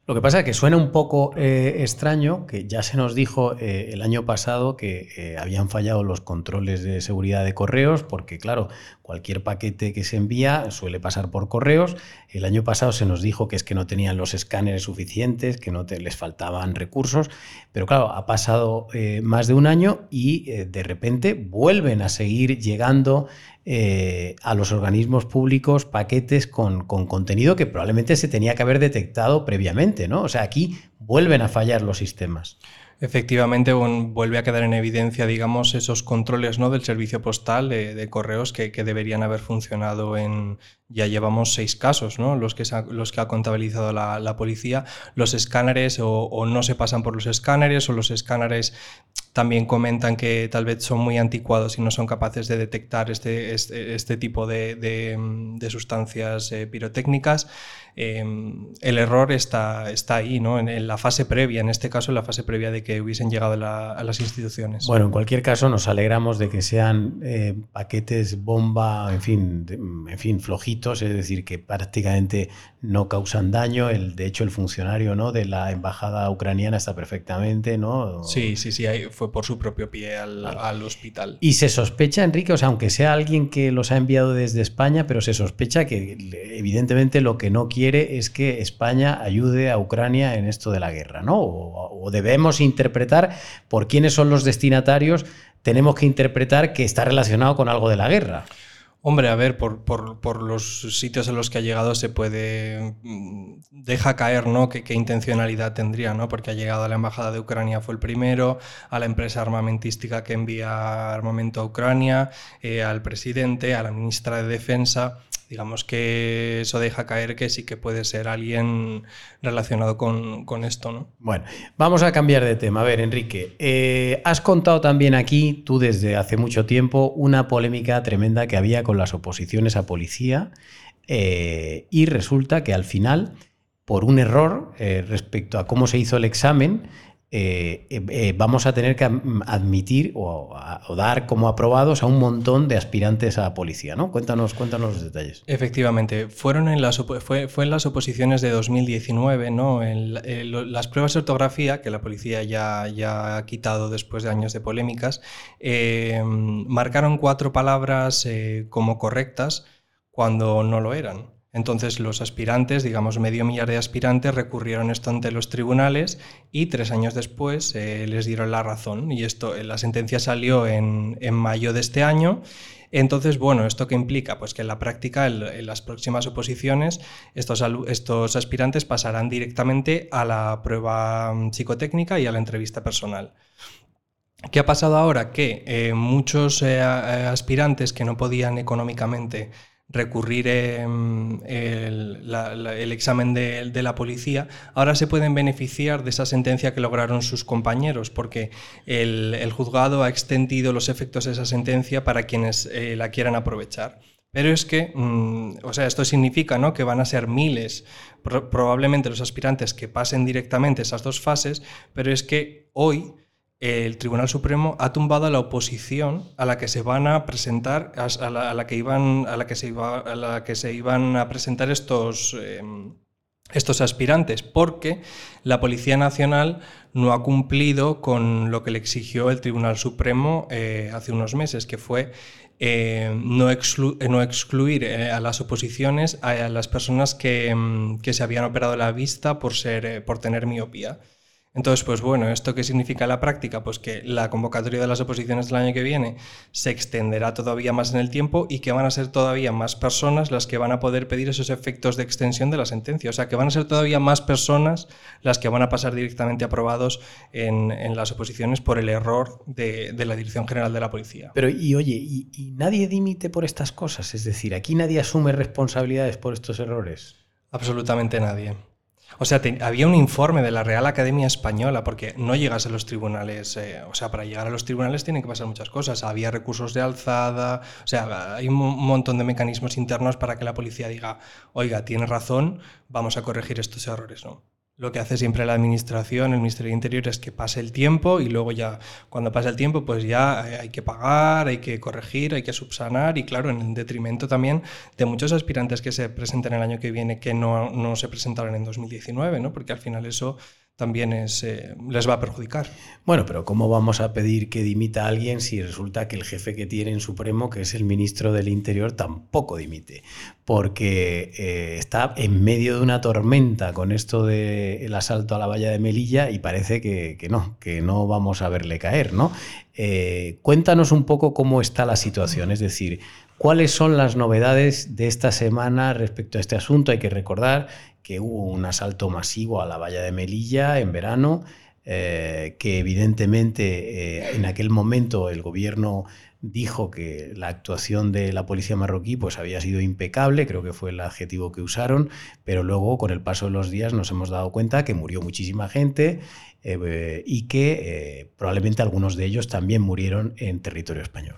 Lo que pasa es que suena un poco eh, extraño, que ya se nos dijo eh, el año pasado que eh, habían fallado los controles de seguridad de correos, porque claro, cualquier paquete que se envía suele pasar por correos. El año pasado se nos dijo que es que no tenían los escáneres suficientes, que no te, les faltaban recursos, pero claro, ha pasado eh, más de un año y eh, de repente vuelven a seguir llegando Eh, a los organismos públicos paquetes con, con contenido que probablemente se tenía que haber detectado previamente, ¿no? O sea, aquí vuelven a fallar los sistemas. Efectivamente, bueno, vuelve a quedar en evidencia, digamos, esos controles, ¿no?, del servicio postal de, de correos que, que deberían haber funcionado en... Ya llevamos seis casos, ¿no?, los que, se ha, los que ha contabilizado la, la policía. Los escáneres o, o no se pasan por los escáneres, o los escáneres también comentan que tal vez son muy anticuados y no son capaces de detectar este, este, este tipo de, de, de sustancias eh, pirotécnicas. Eh, el error está, está ahí, ¿no?, en, en la fase previa, en este caso en la fase previa de que hubiesen llegado a, la, a las instituciones. Bueno, en cualquier caso nos alegramos de que sean eh, paquetes bomba, en fin, de, en fin, flojitos, es decir, que prácticamente no causan daño. El, de hecho, el funcionario, ¿no?, de la embajada ucraniana está perfectamente, ¿no? Sí, sí, sí, ahí fue por su propio pie al, al hospital. Y se sospecha, Enrique, o sea, aunque sea alguien que los ha enviado desde España, pero se sospecha que evidentemente lo que no quiere es que España ayude a Ucrania en esto de la guerra, ¿no? O, o debemos interpretar por quiénes son los destinatarios, tenemos que interpretar que está relacionado con algo de la guerra. Hombre, a ver, por, por, por los sitios en los que ha llegado se puede... Deja caer, ¿no?, qué, qué intencionalidad tendría, ¿no? Porque ha llegado a la embajada de Ucrania, fue el primero, a la empresa armamentística que envía armamento a Ucrania, eh, al presidente, a la ministra de Defensa. Digamos que eso deja caer que sí que puede ser alguien relacionado con, con esto, ¿no? Bueno, vamos a cambiar de tema. A ver, Enrique, eh, has contado también aquí, tú desde hace mucho tiempo, una polémica tremenda que había con las oposiciones a policía eh, y resulta que al final, por un error eh, respecto a cómo se hizo el examen, Eh, eh, vamos a tener que admitir o, a, o dar como aprobados a un montón de aspirantes a policía, ¿no? Cuéntanos, cuéntanos los detalles. Efectivamente, fueron en las, fue, fue en las oposiciones de dos mil diecinueve, ¿no? En, en las pruebas de ortografía, que la policía ya, ya ha quitado después de años de polémicas, eh, marcaron cuatro palabras eh, como correctas cuando no lo eran. Entonces los aspirantes, digamos medio millar de aspirantes, recurrieron esto ante los tribunales y tres años después eh, les dieron la razón. Y esto, la sentencia salió en, en mayo de este año. Entonces, bueno, ¿esto qué implica? Pues que en la práctica, en, en las próximas oposiciones, estos, estos aspirantes pasarán directamente a la prueba psicotécnica y a la entrevista personal. ¿Qué ha pasado ahora? Que eh, muchos eh, aspirantes que no podían económicamente recurrir eh, el, la, la, el examen de, de la policía, ahora se pueden beneficiar de esa sentencia que lograron sus compañeros, porque el, el juzgado ha extendido los efectos de esa sentencia para quienes eh, la quieran aprovechar. Pero es que, mmm, o sea, esto significa, ¿no?, que van a ser miles, pro, probablemente los aspirantes que pasen directamente esas dos fases, pero es que hoy el Tribunal Supremo ha tumbado a la oposición a la que se van a presentar, a la, a la que iban, a la que se iba, a la que se iban a presentar estos eh, estos aspirantes, porque la Policía Nacional no ha cumplido con lo que le exigió el Tribunal Supremo eh, hace unos meses, que fue eh, no, exclu no excluir eh, a las oposiciones a, a las personas que, que se habían operado la vista por ser eh, por tener miopía. Entonces, pues bueno, ¿esto qué significa en la práctica? Pues que la convocatoria de las oposiciones del año que viene se extenderá todavía más en el tiempo y que van a ser todavía más personas las que van a poder pedir esos efectos de extensión de la sentencia. O sea, que van a ser todavía más personas las que van a pasar directamente aprobados en, en las oposiciones por el error de, de la Dirección General de la Policía. Pero, y oye, ¿y, y nadie dimite por estas cosas? Es decir, ¿aquí nadie asume responsabilidades por estos errores? Absolutamente nadie. O sea, te, había un informe de la Real Academia Española, porque no llegas a los tribunales, eh, o sea, para llegar a los tribunales tienen que pasar muchas cosas. Había recursos de alzada, o sea, hay un montón de mecanismos internos para que la policía diga, oiga, tiene razón, vamos a corregir estos errores, ¿no? Lo que hace siempre la Administración, el Ministerio de Interior, es que pase el tiempo y luego ya, cuando pasa el tiempo, pues ya hay que pagar, hay que corregir, hay que subsanar y claro, en detrimento también de muchos aspirantes que se presenten el año que viene que no, no se presentaron en dos mil diecinueve, ¿no? Porque al final eso también es, eh, les va a perjudicar. Bueno, pero ¿cómo vamos a pedir que dimita a alguien si resulta que el jefe que tiene en Supremo, que es el ministro del Interior, tampoco dimite? Porque eh, está en medio de una tormenta con esto del asalto a la valla de Melilla y parece que, que no, que no vamos a verle caer, ¿no? Eh, cuéntanos un poco cómo está la situación, es decir, ¿cuáles son las novedades de esta semana respecto a este asunto? Hay que recordar que hubo un asalto masivo a la valla de Melilla en verano, eh, que evidentemente eh, en aquel momento el gobierno dijo que la actuación de la policía marroquí pues, había sido impecable, creo que fue el adjetivo que usaron, pero luego con el paso de los días nos hemos dado cuenta que murió muchísima gente eh, y que eh, probablemente algunos de ellos también murieron en territorio español.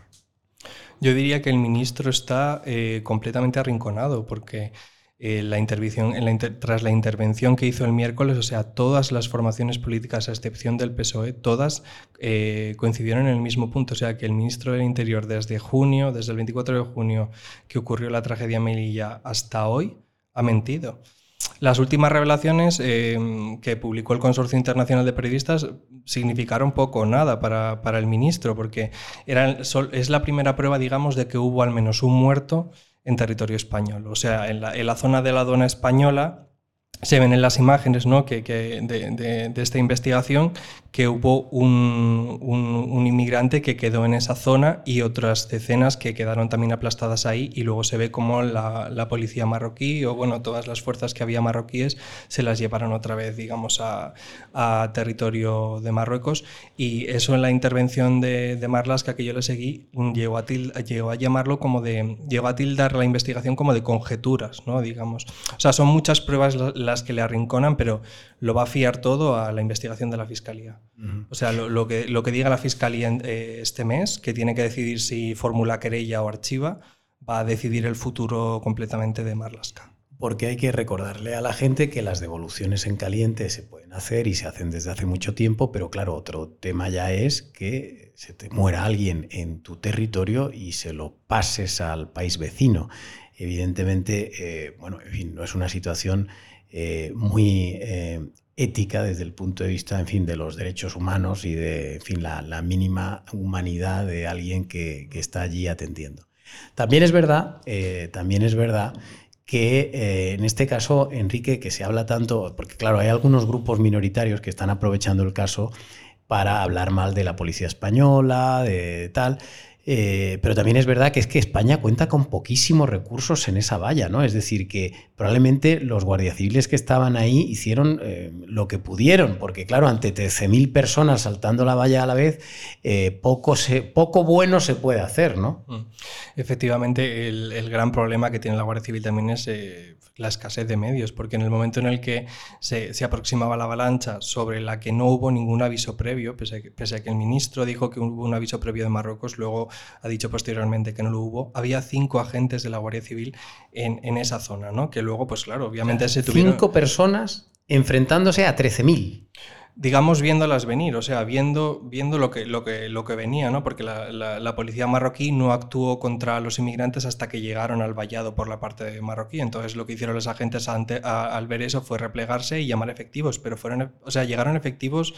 Yo diría que el ministro está eh, completamente arrinconado porque eh, la intervención, en la inter, tras la intervención que hizo el miércoles, o sea, todas las formaciones políticas, a excepción del P S O E, todas eh, coincidieron en el mismo punto. O sea, que el ministro del Interior desde junio, desde el veinticuatro de junio que ocurrió la tragedia Melilla hasta hoy, ha mentido. Las últimas revelaciones eh, que publicó el Consorcio Internacional de Periodistas significaron poco o nada para, para el ministro, porque era, es la primera prueba, digamos, de que hubo al menos un muerto en territorio español. O sea, en la, en la zona de la aduana española se ven en las imágenes, ¿no? que, que de, de, de esta investigación que hubo un, un, un inmigrante que quedó en esa zona y otras decenas que quedaron también aplastadas ahí, y luego se ve cómo la, la policía marroquí o bueno, todas las fuerzas que había marroquíes se las llevaron otra vez, digamos, a, a territorio de Marruecos, y eso en la intervención de, de Marlaska que yo le seguí llegó a, til, llegó a llamarlo como de, llegó a tildar la investigación como de conjeturas, ¿no? Digamos. O sea, son muchas pruebas las que le arrinconan, pero lo va a fiar todo a la investigación de la Fiscalía. Uh-huh. O sea, lo, lo, que, lo que diga la Fiscalía eh, este mes, que tiene que decidir si formula querella o archiva, va a decidir el futuro completamente de Marlaska. Porque hay que recordarle a la gente que las devoluciones en caliente se pueden hacer y se hacen desde hace mucho tiempo, pero claro, otro tema ya es que se te muera alguien en tu territorio y se lo pases al país vecino. Evidentemente, eh, bueno, en fin, no es una situación eh, muy eh, ética desde el punto de vista, en fin, de los derechos humanos y de, en fin, la, la mínima humanidad de alguien que, que está allí atendiendo. También es verdad, eh, también es verdad que eh, en este caso, Enrique, que se habla tanto, porque claro, hay algunos grupos minoritarios que están aprovechando el caso para hablar mal de la policía española, de tal. Eh, pero también es verdad que es que España cuenta con poquísimos recursos en esa valla, ¿no? Es decir, que probablemente los guardias civiles que estaban ahí hicieron eh, lo que pudieron, porque claro, ante trece mil personas saltando la valla a la vez, eh, poco, se, poco bueno se puede hacer, ¿no? Efectivamente, el, el gran problema que tiene la Guardia Civil también es eh, la escasez de medios, porque en el momento en el que se, se aproximaba la avalancha sobre la que no hubo ningún aviso previo, pese a, que, pese a que el ministro dijo que hubo un aviso previo de Marruecos, luego ha dicho posteriormente que no lo hubo, había cinco agentes de la Guardia Civil en, en esa zona, ¿no? Que luego, pues claro, obviamente o sea, se tuvieron... Cinco personas enfrentándose a trece mil. Digamos, viéndolas venir, o sea, viendo, viendo lo, que, lo, que, lo que venía, ¿no? Porque la, la, la policía marroquí no actuó contra los inmigrantes hasta que llegaron al vallado por la parte de marroquí. Entonces, lo que hicieron los agentes ante, a, al ver eso fue replegarse y llamar efectivos, pero fueron, o sea, llegaron efectivos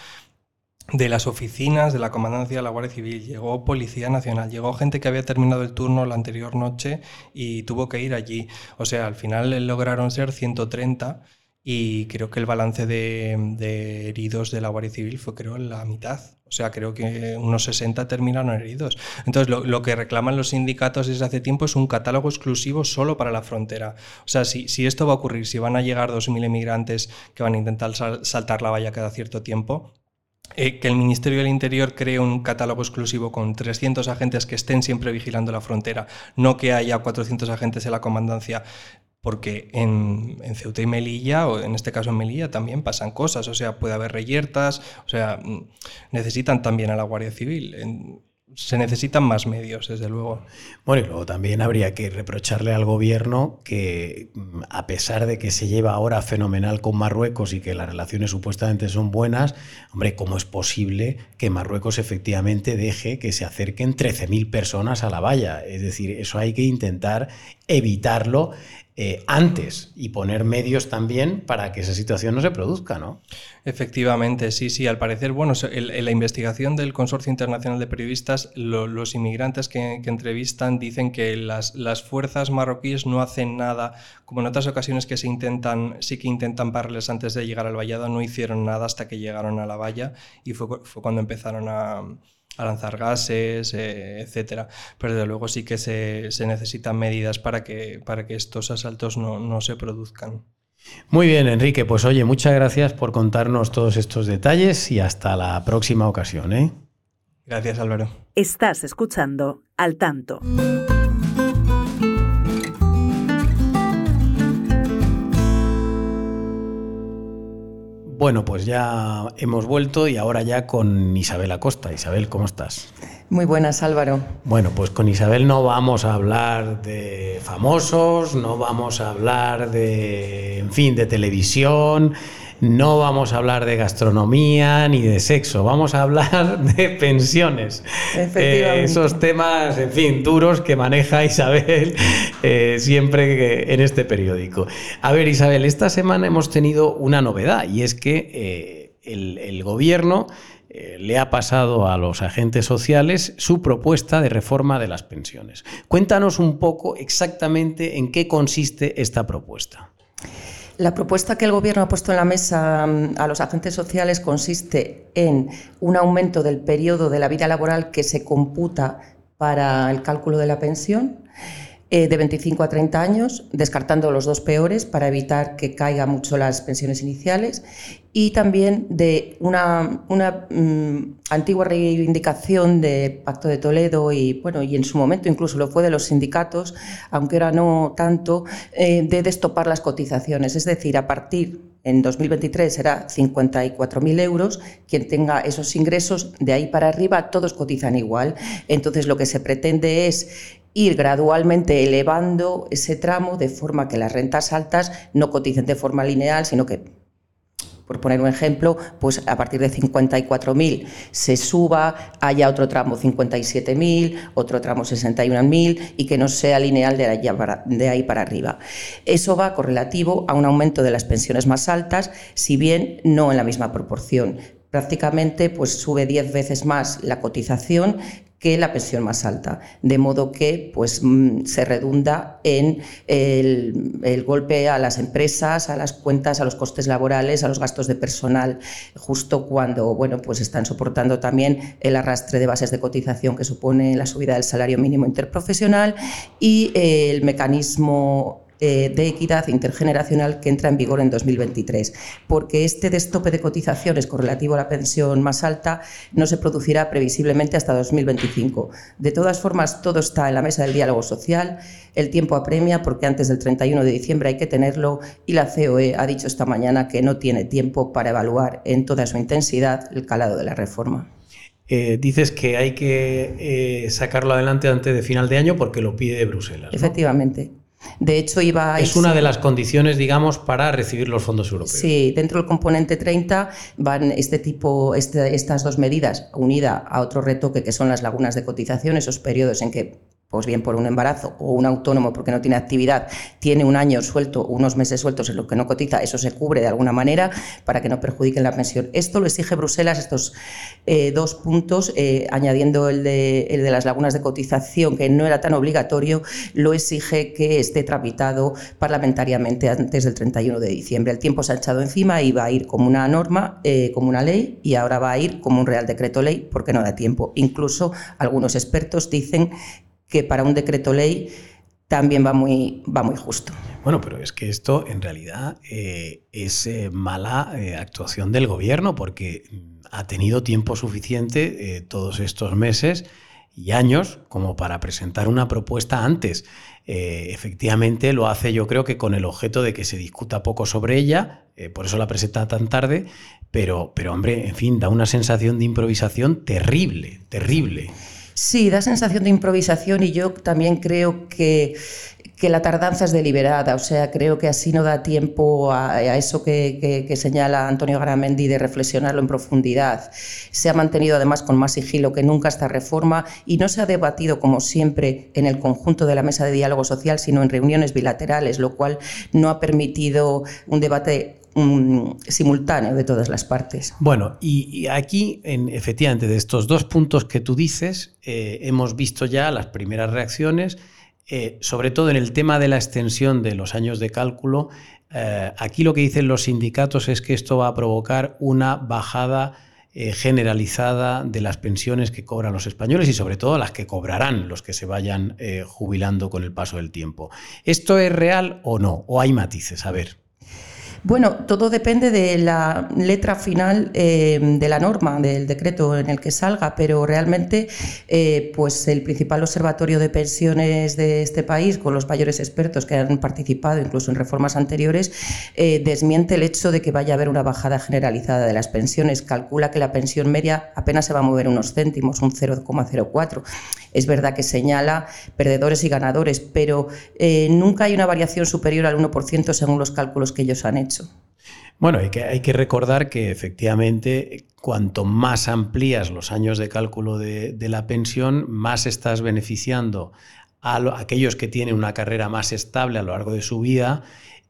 de las oficinas de la Comandancia de la Guardia Civil, llegó Policía Nacional, llegó gente que había terminado el turno la anterior noche y tuvo que ir allí. O sea, al final lograron ser ciento treinta y creo que el balance de, de heridos de la Guardia Civil fue, creo, la mitad. O sea, creo que unos sesenta terminaron heridos. Entonces, lo, lo que reclaman los sindicatos desde hace tiempo es un catálogo exclusivo solo para la frontera. O sea, si, si esto va a ocurrir, si van a llegar dos mil inmigrantes que van a intentar sal, saltar la valla cada cierto tiempo, Eh, que el Ministerio del Interior cree un catálogo exclusivo con trescientos agentes que estén siempre vigilando la frontera, no que haya cuatrocientos agentes en la comandancia, porque en, en Ceuta y Melilla, o en este caso en Melilla, también pasan cosas, o sea, puede haber reyertas, o sea, necesitan también a la Guardia Civil. En, se necesitan más medios, desde luego. Bueno, y luego también habría que reprocharle al gobierno que, a pesar de que se lleva ahora fenomenal con Marruecos y que las relaciones supuestamente son buenas, hombre, ¿cómo es posible que Marruecos efectivamente deje que se acerquen trece mil personas a la valla? Es decir, eso hay que intentar evitarlo eh, antes y poner medios también para que esa situación no se produzca, ¿no? Efectivamente, sí, sí. Al parecer, bueno, en la investigación del Consorcio Internacional de Periodistas, lo, los inmigrantes que, que entrevistan dicen que las, las fuerzas marroquíes no hacen nada, como en otras ocasiones que se intentan, sí que intentan pararles antes de llegar al vallado, no hicieron nada hasta que llegaron a la valla y fue, fue cuando empezaron a... a lanzar gases, eh, etcétera. Pero desde luego sí que se, se necesitan medidas para que, para que estos asaltos no, no se produzcan. Muy bien, Enrique. Pues oye, muchas gracias por contarnos todos estos detalles y hasta la próxima ocasión, ¿eh? Gracias, Álvaro. Estás escuchando Al Tanto. Bueno, pues ya hemos vuelto y ahora ya con Isabel Acosta. Isabel, ¿cómo estás? Muy buenas, Álvaro. Bueno, pues con Isabel no vamos a hablar de famosos, no vamos a hablar de, en fin, de televisión, no vamos a hablar de gastronomía ni de sexo, vamos a hablar de pensiones. Efectivamente. Eh, esos temas, en fin, duros que maneja Isabel eh, siempre que, en este periódico. A ver, Isabel, esta semana hemos tenido una novedad y es que eh, el, el gobierno eh, le ha pasado a los agentes sociales su propuesta de reforma de las pensiones. Cuéntanos un poco exactamente en qué consiste esta propuesta. La propuesta que el Gobierno ha puesto en la mesa a los agentes sociales consiste en un aumento del periodo de la vida laboral que se computa para el cálculo de la pensión eh, de veinticinco a treinta años, descartando los dos peores para evitar que caigan mucho las pensiones iniciales, y también de una, una um, antigua reivindicación de Pacto de Toledo y, bueno, y en su momento incluso lo fue de los sindicatos, aunque ahora no tanto, eh, de destopar las cotizaciones. Es decir, a partir en dos mil veintitrés será cincuenta y cuatro mil euros, quien tenga esos ingresos de ahí para arriba todos cotizan igual. Entonces lo que se pretende es ir gradualmente elevando ese tramo de forma que las rentas altas no coticen de forma lineal, sino que, por poner un ejemplo, pues a partir de cincuenta y cuatro mil se suba, haya otro tramo cincuenta y siete mil, otro tramo sesenta y un mil y que no sea lineal de ahí, para, de ahí para arriba. Eso va correlativo a un aumento de las pensiones más altas, si bien no en la misma proporción. Prácticamente pues sube diez veces más la cotización que la pensión más alta, de modo que pues, se redunda en el, el golpe a las empresas, a las cuentas, a los costes laborales, a los gastos de personal, justo cuando bueno, pues están soportando también el arrastre de bases de cotización que supone la subida del salario mínimo interprofesional y eh, el mecanismo de equidad intergeneracional que entra en vigor en dos mil veintitrés, porque este destope de cotizaciones correlativo a la pensión más alta no se producirá previsiblemente hasta dos mil veinticinco. De todas formas, todo está en la mesa del diálogo social, el tiempo apremia porque antes del treinta y uno de diciembre hay que tenerlo y la C O E ha dicho esta mañana que no tiene tiempo para evaluar en toda su intensidad el calado de la reforma. Eh, dices que hay que eh, sacarlo adelante antes de final de año porque lo pide Bruselas, ¿no? Efectivamente. De hecho, iba a es una de las condiciones, digamos, para recibir los fondos europeos. Sí, dentro del componente treinta van este tipo, este, estas dos medidas unidas a otro retoque que son las lagunas de cotización, esos periodos en que, pues bien por un embarazo o un autónomo porque no tiene actividad, tiene un año suelto, unos meses sueltos en los que no cotiza, eso se cubre de alguna manera para que no perjudiquen la pensión. Esto lo exige Bruselas, estos eh, dos puntos, eh, añadiendo el de, el de las lagunas de cotización, que no era tan obligatorio, lo exige que esté tramitado parlamentariamente antes del treinta y uno de diciembre. El tiempo se ha echado encima y va a ir como una norma, eh, como una ley, y ahora va a ir como un Real Decreto Ley porque no da tiempo. Incluso algunos expertos dicen que para un decreto ley también va muy, va muy justo. Bueno, pero es que esto en realidad eh, es eh, mala eh, actuación del gobierno porque ha tenido tiempo suficiente eh, todos estos meses y años como para presentar una propuesta antes. Eh, efectivamente lo hace yo creo que con el objeto de que se discuta poco sobre ella, eh, por eso la presenta tan tarde, pero, pero hombre, en fin, da una sensación de improvisación terrible, terrible. Sí, da sensación de improvisación y yo también creo que, que la tardanza es deliberada, o sea, creo que así no da tiempo a, a eso que, que, que señala Antonio Garamendi de reflexionarlo en profundidad. Se ha mantenido además con más sigilo que nunca esta reforma y no se ha debatido como siempre en el conjunto de la mesa de diálogo social, sino en reuniones bilaterales, lo cual no ha permitido un debate Um, simultáneo de todas las partes. Bueno, y, y aquí, en, efectivamente, de estos dos puntos que tú dices, eh, hemos visto ya las primeras reacciones, eh, sobre todo en el tema de la extensión de los años de cálculo. Eh, aquí lo que dicen los sindicatos es que esto va a provocar una bajada eh, generalizada de las pensiones que cobran los españoles y sobre todo las que cobrarán los que se vayan eh, jubilando con el paso del tiempo. ¿Esto es real o no? ¿O hay matices? A ver. Bueno, todo depende de la letra final eh, de la norma, del decreto en el que salga, pero realmente eh, pues el principal observatorio de pensiones de este país, con los mayores expertos que han participado incluso en reformas anteriores, eh, desmiente el hecho de que vaya a haber una bajada generalizada de las pensiones. Calcula que la pensión media apenas se va a mover unos céntimos, un cero coma cero cuatro. Es verdad que señala perdedores y ganadores, pero eh, nunca hay una variación superior al uno por ciento según los cálculos que ellos han hecho. Bueno, hay que, hay que recordar que efectivamente cuanto más amplías los años de cálculo de, de la pensión, más estás beneficiando a, lo, a aquellos que tienen una carrera más estable a lo largo de su vida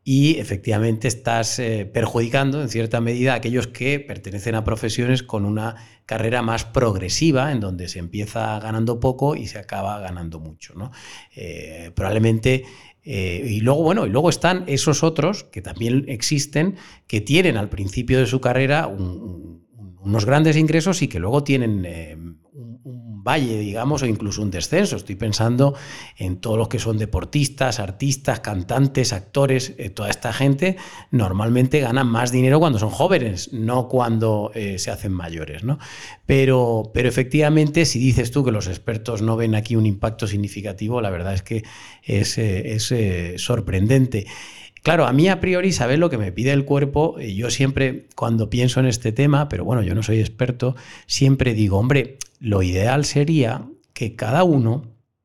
y efectivamente estás eh, perjudicando en cierta medida a aquellos que pertenecen a profesiones con una carrera más progresiva, en donde se empieza ganando poco y se acaba ganando mucho, ¿no? Eh, probablemente... Eh, y luego, bueno, y luego están esos otros que también existen, que tienen al principio de su carrera un, un, unos grandes ingresos y que luego tienen eh, un, un valle, digamos, o incluso un descenso. Estoy pensando en todos los que son deportistas, artistas, cantantes, actores. Eh, toda esta gente normalmente ganan más dinero cuando son jóvenes, no cuando eh, se hacen mayores, ¿no? Pero, pero efectivamente, si dices tú que los expertos no ven aquí un impacto significativo, la verdad es que es, eh, es eh, sorprendente. Claro, a mí a priori, ¿sabes lo que me pide el cuerpo? Yo siempre, cuando pienso en este tema, pero bueno, yo no soy experto, siempre digo, hombre, lo ideal sería que cada uno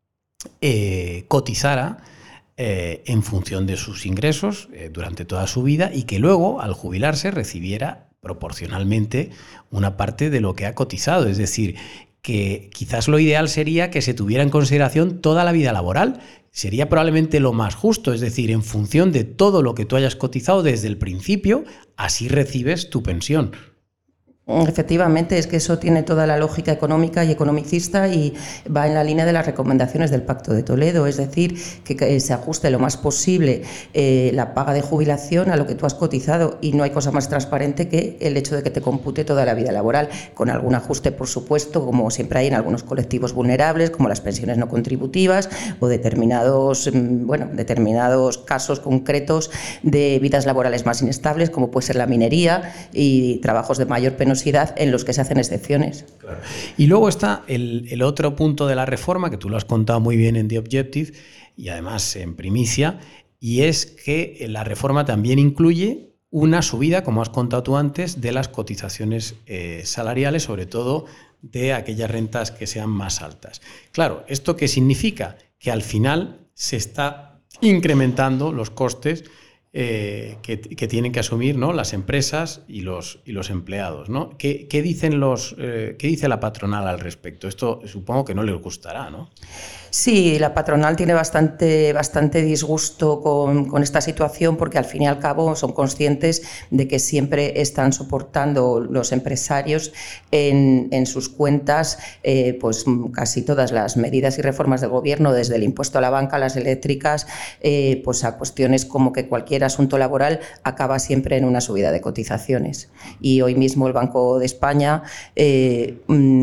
eh, cotizara eh, en función de sus ingresos eh, durante toda su vida y que luego, al jubilarse, recibiera proporcionalmente una parte de lo que ha cotizado. Es decir, que quizás lo ideal sería que se tuviera en consideración toda la vida laboral. Sería probablemente lo más justo, es decir, en función de todo lo que tú hayas cotizado desde el principio, así recibes tu pensión. Efectivamente, es que eso tiene toda la lógica económica y economicista y va en la línea de las recomendaciones del Pacto de Toledo, es decir, que se ajuste lo más posible eh, la paga de jubilación a lo que tú has cotizado y no hay cosa más transparente que el hecho de que te compute toda la vida laboral, con algún ajuste, por supuesto, como siempre hay en algunos colectivos vulnerables, como las pensiones no contributivas o determinados, bueno, determinados casos concretos de vidas laborales más inestables, como puede ser la minería y trabajos de mayor penosidad en los que se hacen excepciones. Claro. Y luego está el, el otro punto de la reforma, que tú lo has contado muy bien en The Objective, y además en primicia, y es que la reforma también incluye una subida, como has contado tú antes, de las cotizaciones eh, salariales, sobre todo de aquellas rentas que sean más altas. Claro, ¿esto qué significa? Que al final se está incrementando los costes Eh, que, que tienen que asumir, ¿no?, las empresas y los, y los empleados, ¿no? ¿Qué, qué dicen los, eh, ¿Qué dice la patronal al respecto? Esto supongo que no les gustará, ¿no? Sí, la patronal tiene bastante, bastante disgusto con, con esta situación porque al fin y al cabo son conscientes de que siempre están soportando los empresarios en, en sus cuentas eh, pues casi todas las medidas y reformas del gobierno, desde el impuesto a la banca, a las eléctricas, eh, pues a cuestiones como que cualquier asunto laboral acaba siempre en una subida de cotizaciones. Y hoy mismo el Banco de España eh,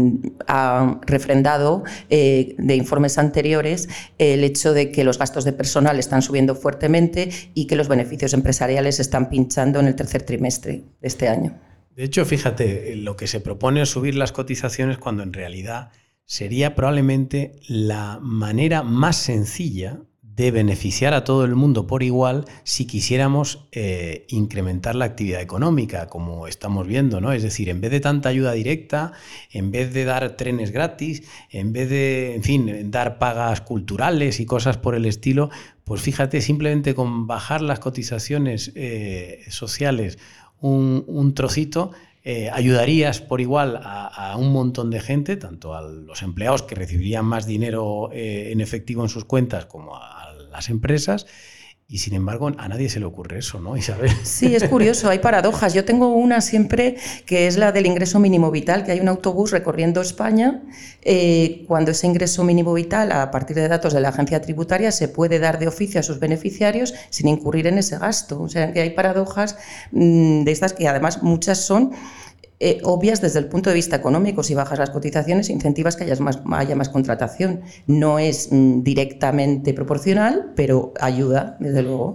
ha refrendado eh, de informes anteriores el hecho de que los gastos de personal están subiendo fuertemente y que los beneficios empresariales están pinchando en el tercer trimestre de este año. De hecho, fíjate, lo que se propone es subir las cotizaciones cuando en realidad sería probablemente la manera más sencilla de beneficiar a todo el mundo por igual si quisiéramos eh, incrementar la actividad económica, como estamos viendo, ¿no? Es decir, en vez de tanta ayuda directa, en vez de dar trenes gratis, en vez de, en fin, dar pagas culturales y cosas por el estilo, pues fíjate, simplemente con bajar las cotizaciones eh, sociales un, un trocito, Eh, ayudarías por igual a, a un montón de gente, tanto a los empleados que recibirían más dinero eh, en efectivo en sus cuentas como a las empresas, y sin embargo a nadie se le ocurre eso, ¿no, Isabel? Sí, es curioso, hay paradojas. Yo tengo una siempre que es la del ingreso mínimo vital, que hay un autobús recorriendo España, eh, cuando ese ingreso mínimo vital, a partir de datos de la agencia tributaria, se puede dar de oficio a sus beneficiarios sin incurrir en ese gasto. O sea, que hay paradojas mmm, de estas que además muchas son Eh, obvias desde el punto de vista económico. Si bajas las cotizaciones, incentivas que haya más, haya más contratación. No es mm, directamente proporcional, pero ayuda, desde luego.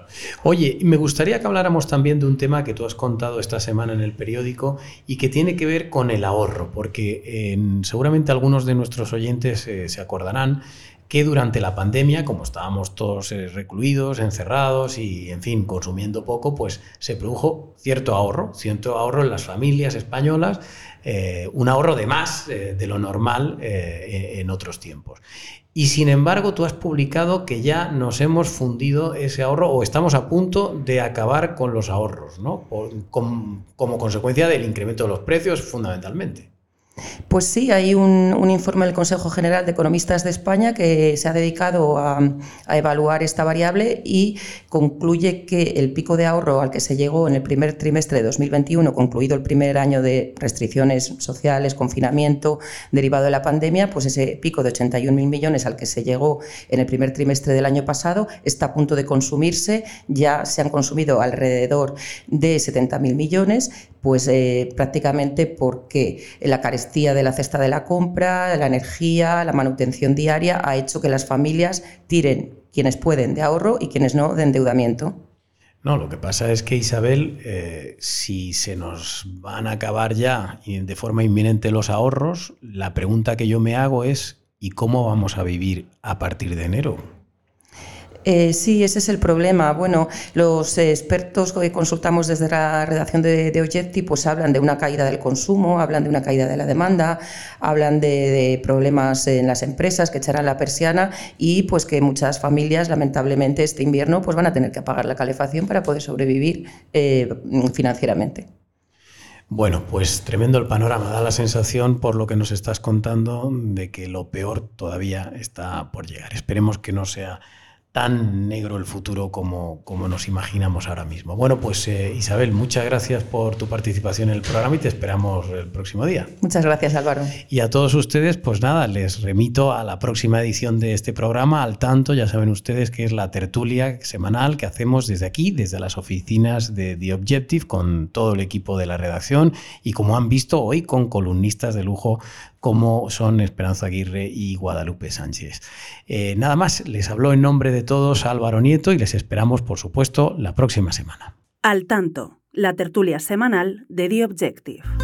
Oye, me gustaría que habláramos también de un tema que tú has contado esta semana en el periódico y que tiene que ver con el ahorro, porque eh, seguramente algunos de nuestros oyentes eh, se acordarán que durante la pandemia, como estábamos todos eh, recluidos, encerrados y, en fin, consumiendo poco, pues se produjo cierto ahorro, cierto ahorro en las familias españolas, eh, un ahorro de más eh, de lo normal eh, en otros tiempos. Y sin embargo, tú has publicado que ya nos hemos fundido ese ahorro o estamos a punto de acabar con los ahorros, ¿no? Por, con, como consecuencia del incremento de los precios, fundamentalmente. Pues sí, hay un, un informe del Consejo General de Economistas de España que se ha dedicado a, a evaluar esta variable y concluye que el pico de ahorro al que se llegó en el primer trimestre de dos mil veintiuno, concluido el primer año de restricciones sociales, confinamiento derivado de la pandemia, pues ese pico de ochenta y un mil millones al que se llegó en el primer trimestre del año pasado está a punto de consumirse. Ya se han consumido alrededor de setenta mil millones, pues eh, prácticamente porque la carestía de la cesta de la compra, la energía, la manutención diaria ha hecho que las familias tiren, quienes pueden, de ahorro y quienes no, de endeudamiento. No, lo que pasa es que, Isabel, eh, si se nos van a acabar ya y de forma inminente los ahorros, la pregunta que yo me hago es ¿y cómo vamos a vivir a partir de enero? Eh, sí, ese es el problema. Bueno, los expertos que consultamos desde la redacción de, de Objective pues hablan de una caída del consumo, hablan de una caída de la demanda, hablan de, de problemas en las empresas que echarán la persiana y pues que muchas familias lamentablemente este invierno pues van a tener que apagar la calefacción para poder sobrevivir eh, financieramente. Bueno, pues tremendo el panorama. Da la sensación, por lo que nos estás contando, de que lo peor todavía está por llegar. Esperemos que no sea tan negro el futuro como, como nos imaginamos ahora mismo. Bueno, pues eh, Isabel, muchas gracias por tu participación en el programa y te esperamos el próximo día. Muchas gracias, Álvaro. Y a todos ustedes, pues nada, les remito a la próxima edición de este programa, Al Tanto. Ya saben ustedes que es la tertulia semanal que hacemos desde aquí, desde las oficinas de The Objective, con todo el equipo de la redacción y, como han visto hoy, con columnistas de lujo como son Esperanza Aguirre y Guadalupe Sánchez. Eh, nada más, les habló en nombre de todos Álvaro Nieto y les esperamos, por supuesto, la próxima semana. Al Tanto, la tertulia semanal de The Objective.